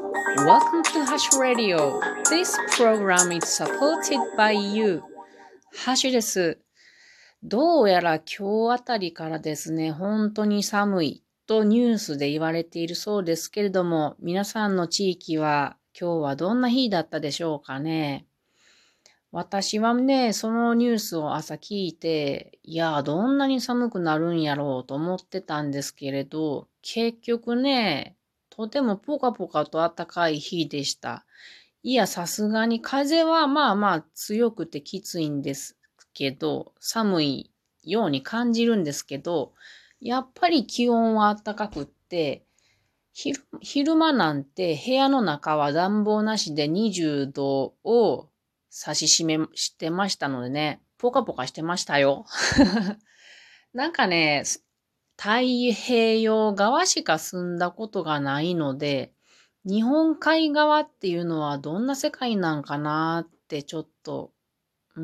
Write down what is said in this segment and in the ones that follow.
Welcome to Hash Radio. This program is supported by you. ハッシュです。どうやら今日あたりからですね、本当に寒いとニュースで言われているそうですけれども、皆さんの地域は今日はどんな日だったでしょうかね。私はね、そのニュースを朝聞いて、いや、どんなに寒くなるんやろうと思ってたんですけれど、結局ね、とてもポカポカと暖かい日でした。いや、さすがに風はまあまあ強くてきついんですけど、寒いように感じるんですけど、やっぱり気温は暖かくって、昼間なんて部屋の中は暖房なしで20度を指し示してましたのでね、ポカポカしてましたよ。なんかね、太平洋側しか住んだことがないので、日本海側っていうのはどんな世界なんかなってちょっと、うん、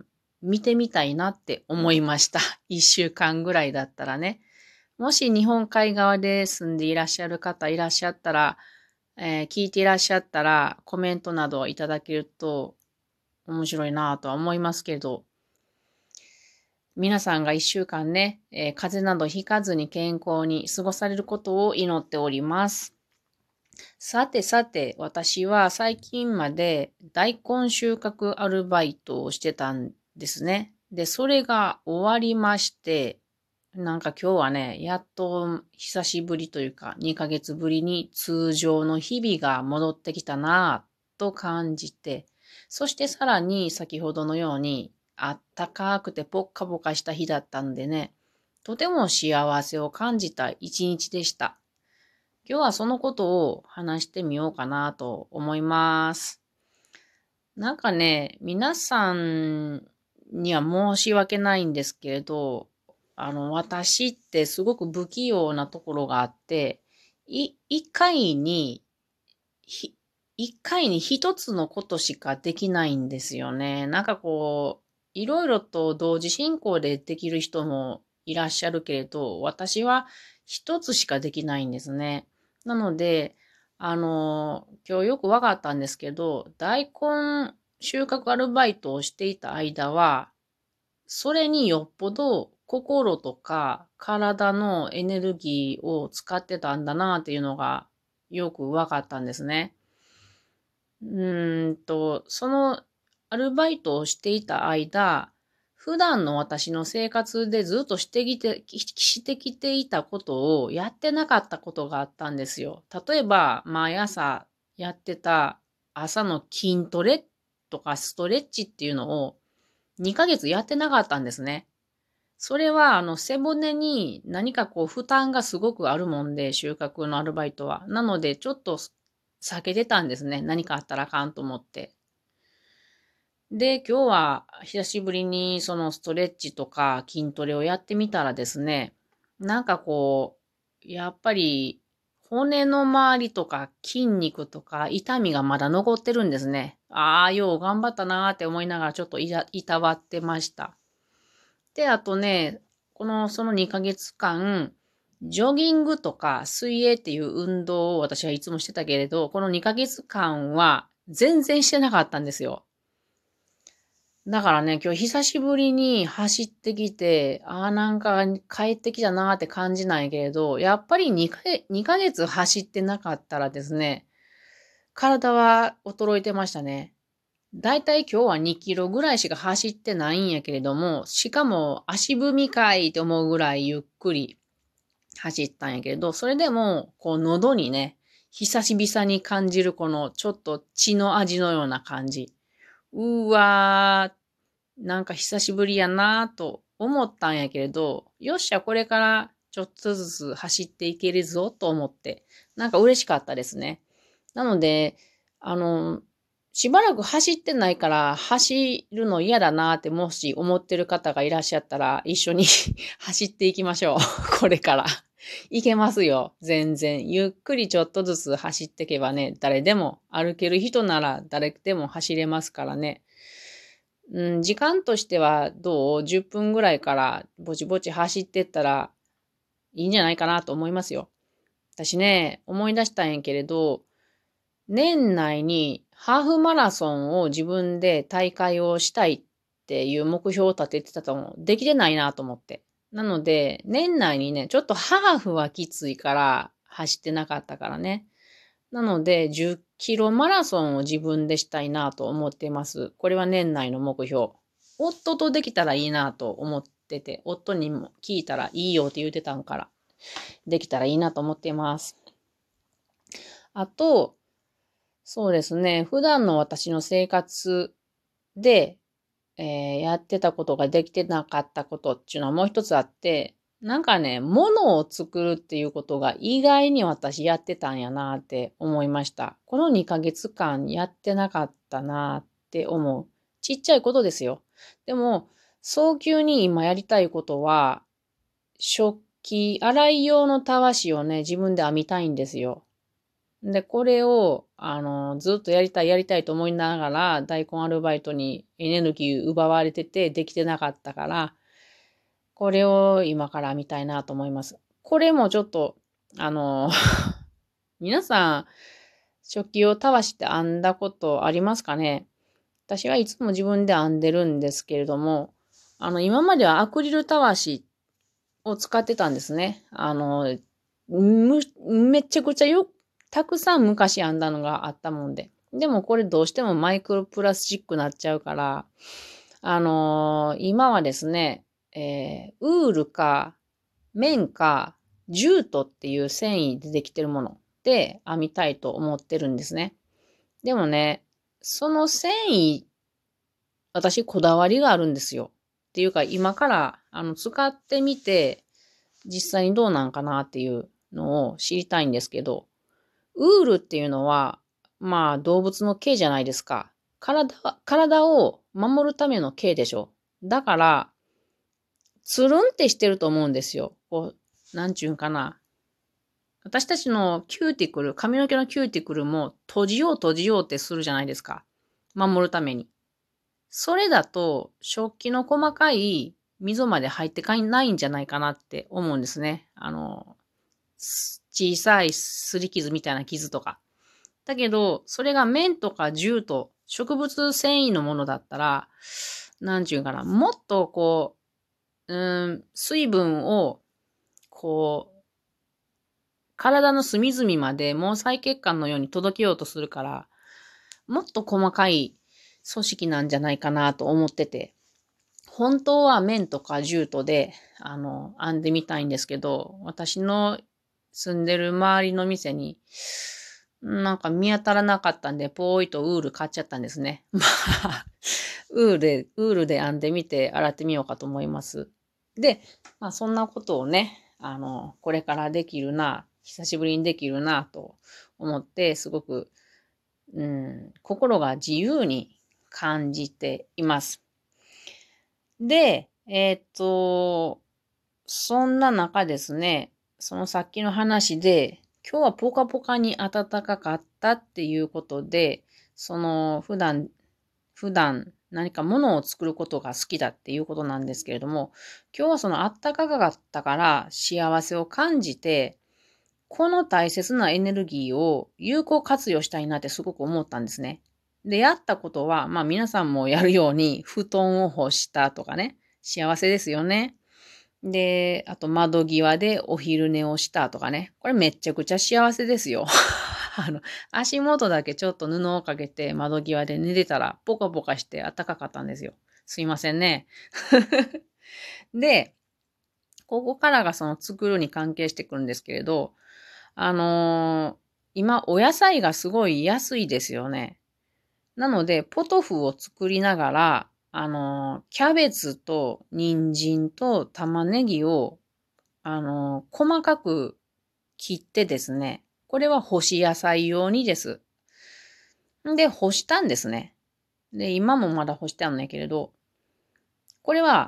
見てみたいなって思いました。一週間ぐらいだったらね。もし日本海側で住んでいらっしゃる方いらっしゃったら、聞いていらっしゃったらコメントなどいただけると面白いなとは思いますけど、皆さんが一週間ね、風邪などひかずに健康に過ごされることを祈っております。さてさて、私は最近まで大根収穫アルバイトをしてたんですね。で、それが終わりまして、なんか今日はね、やっと久しぶりというか、2ヶ月ぶりに通常の日々が戻ってきたなぁと感じて、そしてさらに先ほどのように、あったかくてポッカポカした日だったんでね、とても幸せを感じた一日でした。今日はそのことを話してみようかなと思います。なんかね、皆さんには申し訳ないんですけれど、私ってすごく不器用なところがあって、一回に、一回に一つのことしかできないんですよね。なんかこう、いろいろと同時進行でできる人もいらっしゃるけれど、私は一つしかできないんですね。なので、今日よくわかったんですけど、大根収穫アルバイトをしていた間は、それによっぽど心とか体のエネルギーを使ってたんだなっていうのがよくわかったんですね。そのアルバイトをしていた間、普段の私の生活でずっとしてきていたことをやってなかったことがあったんですよ。例えば、毎朝やってた朝の筋トレとかストレッチっていうのを2ヶ月やってなかったんですね。それは、背骨に何かこう負担がすごくあるもんで、収穫のアルバイトは。なので、ちょっと避けてたんですね。何かあったらあかんと思って。で、今日は久しぶりにそのストレッチとか筋トレをやってみたらですね、なんかこう、やっぱり骨の周りとか筋肉とか痛みがまだ残ってるんですね。ああ、よう頑張ったなーって思いながらちょっといたわってました。で、あとね、その2ヶ月間、ジョギングとか水泳っていう運動を私はいつもしてたけれど、この2ヶ月間は全然してなかったんですよ。だからね、今日久しぶりに走ってきて、なんか帰ってきたなーって感じないけれど、やっぱり2ヶ月走ってなかったらですね、体は衰えてましたね。だいたい今日は2キロぐらいしか走ってないんやけれども、しかも足踏みかいって思うぐらいゆっくり走ったんやけれど、それでも、こう喉にね、久しぶりに感じるこのちょっと血の味のような感じ。うわー、なんか久しぶりやなーと思ったんやけれど、よっしゃ、これからちょっとずつ走っていけるぞと思って、なんか嬉しかったですね。なので、あの、しばらく走ってないから走るの嫌だなーってもし思ってる方がいらっしゃったら一緒に走っていきましょう。これから。いけますよ。全然。ゆっくりちょっとずつ走っていけばね、誰でも歩ける人なら誰でも走れますからね。うん、時間としてはどう ?10 分ぐらいからぼちぼち走ってったらいいんじゃないかなと思いますよ。私ね、思い出したんやけれど、 年内にハーフマラソンを自分で大会をしたいっていう目標を立ててたと思う。できてないなと思って。なので、年内にね、ちょっとハーフはきついから走ってなかったからね。なので、10キロマラソンを自分でしたいなと思っています。これは年内の目標。夫とできたらいいなと思ってて、夫にも聞いたらいいよって言ってたんから、できたらいいなと思っています。あと、そうですね、普段の私の生活で、やってたことができてなかったことっていうのはもう一つあって、なんかね、物を作るっていうことが意外に私やってたんやなって思いました。この2ヶ月間やってなかったなって思う。ちっちゃいことですよ。でも、早急に今やりたいことは、食器、洗い用のたわしをね、自分で編みたいんですよ。で、これを、ずっとやりたいと思いながら、大根アルバイトにエネルギー奪われてて、できてなかったから、これを今から見たいなと思います。これもちょっと、あの、皆さん、食器をたわして編んだことありますかね？私はいつも自分で編んでるんですけれども、今まではアクリルたわしを使ってたんですね。めちゃくちゃたくさん昔編んだのがあったもんで。でもこれどうしてもマイクロプラスチックになっちゃうから、今はですね、ウールか、綿か、ジュートっていう繊維でできてるもので編みたいと思ってるんですね。でもね、その繊維、私こだわりがあるんですよ。っていうか今から使ってみて、実際にどうなんかなっていうのを知りたいんですけど、ウールっていうのは、まあ動物の毛じゃないですか。体を守るための毛でしょ。だから、つるんってしてると思うんですよ。こう、なんちゅうんかな。私たちのキューティクル、髪の毛のキューティクルも閉じようってするじゃないですか。守るために。それだと、食器の細かい溝まで入ってないんじゃないかなって思うんですね。小さい擦り傷みたいな傷とか。だけど、それが綿とか絨と植物繊維のものだったら、なんちゅうかな、もっとこう、水分を、こう、体の隅々まで毛細血管のように届けようとするから、もっと細かい組織なんじゃないかなと思ってて、本当は綿とか絨とで、編んでみたいんですけど、私の住んでる周りの店に、なんか見当たらなかったんで、ぽーいとウール買っちゃったんですね。まあ、ウールで編んでみて洗ってみようかと思います。で、まあそんなことをね、これからできるな、久しぶりにできるなと思って、すごく、心が自由に感じています。で、そんな中ですね、そのさっきの話で、今日はポカポカに暖かかったっていうことで、その普段何か物を作ることが好きだっていうことなんですけれども、今日はその暖かかったから幸せを感じて、この大切なエネルギーを有効活用したいなってすごく思ったんですね。で、やったことは、まあ皆さんもやるように布団を干したとかね、幸せですよね。で、あと窓際でお昼寝をしたとかね。これめっちゃくちゃ幸せですよ。あの、足元だけちょっと布をかけて窓際で寝てたらポカポカして暖かかったんですよ。すいませんね。で、ここからがその作るに関係してくるんですけれど、今お野菜がすごい安いですよね。なので、ポトフを作りながら、キャベツと人参と玉ねぎを、細かく切ってですね、これは干し野菜用にです。で、干したんですね。で、今もまだ干してあるんだけれど、これは、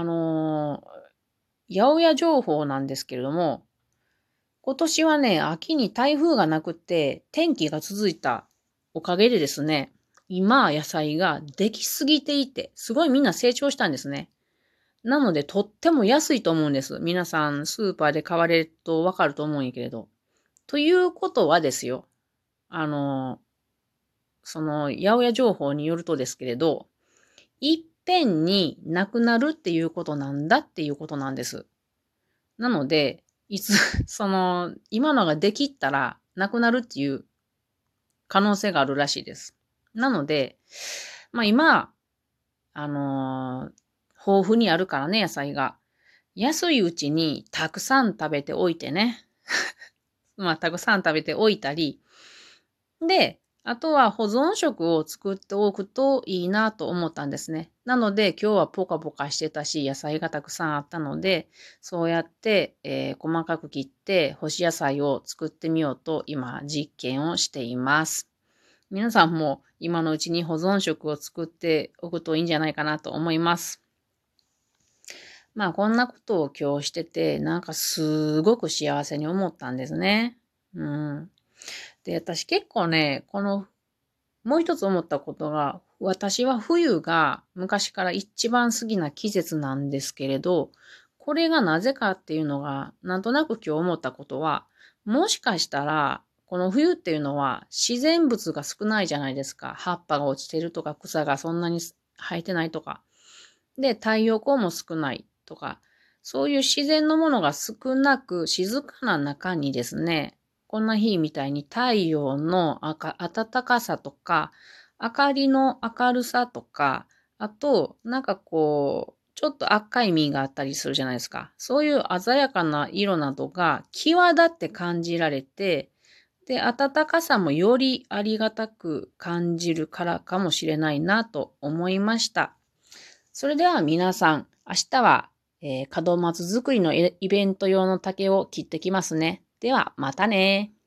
八百屋情報なんですけれども、今年はね、秋に台風がなくって天気が続いたおかげでですね、今野菜ができすぎていて、すごいみんな成長したんですね。なのでとっても安いと思うんです。皆さんスーパーで買われるとわかると思うんやけれど。ということはですよ。 その、八百屋情報によるとですけれど、いっぺんになくなるっていうことなんだっていうことなんです。なので、いつ、その、今のができったらなくなるっていう可能性があるらしいです。なので、まあ今、豊富にあるからね、野菜が。安いうちにたくさん食べておいてね。まあ、たくさん食べておいたり。で、あとは保存食を作っておくといいなと思ったんですね。なので、今日はポカポカしてたし、野菜がたくさんあったので、そうやって、細かく切って干し野菜を作ってみようと今実験をしています。皆さんも今のうちに保存食を作っておくといいんじゃないかなと思います。まあこんなことを今日してて、なんかすごく幸せに思ったんですね。うん。で、私結構ね、もう一つ思ったことが、私は冬が昔から一番好きな季節なんですけれど、これがなぜかっていうのが、なんとなく今日思ったことは、もしかしたら、この冬っていうのは自然物が少ないじゃないですか。葉っぱが落ちてるとか草がそんなに生えてないとか。で、太陽光も少ないとか、そういう自然のものが少なく静かな中にですね、こんな日みたいに太陽の暖かさとか、明かりの明るさとか、あと、なんかこう、ちょっと赤い実があったりするじゃないですか。そういう鮮やかな色などが際立って感じられて、で、暖かさもよりありがたく感じるからかもしれないなと思いました。それでは皆さん、明日は、門松作りのイベント用の竹を切ってきますね。では、またね。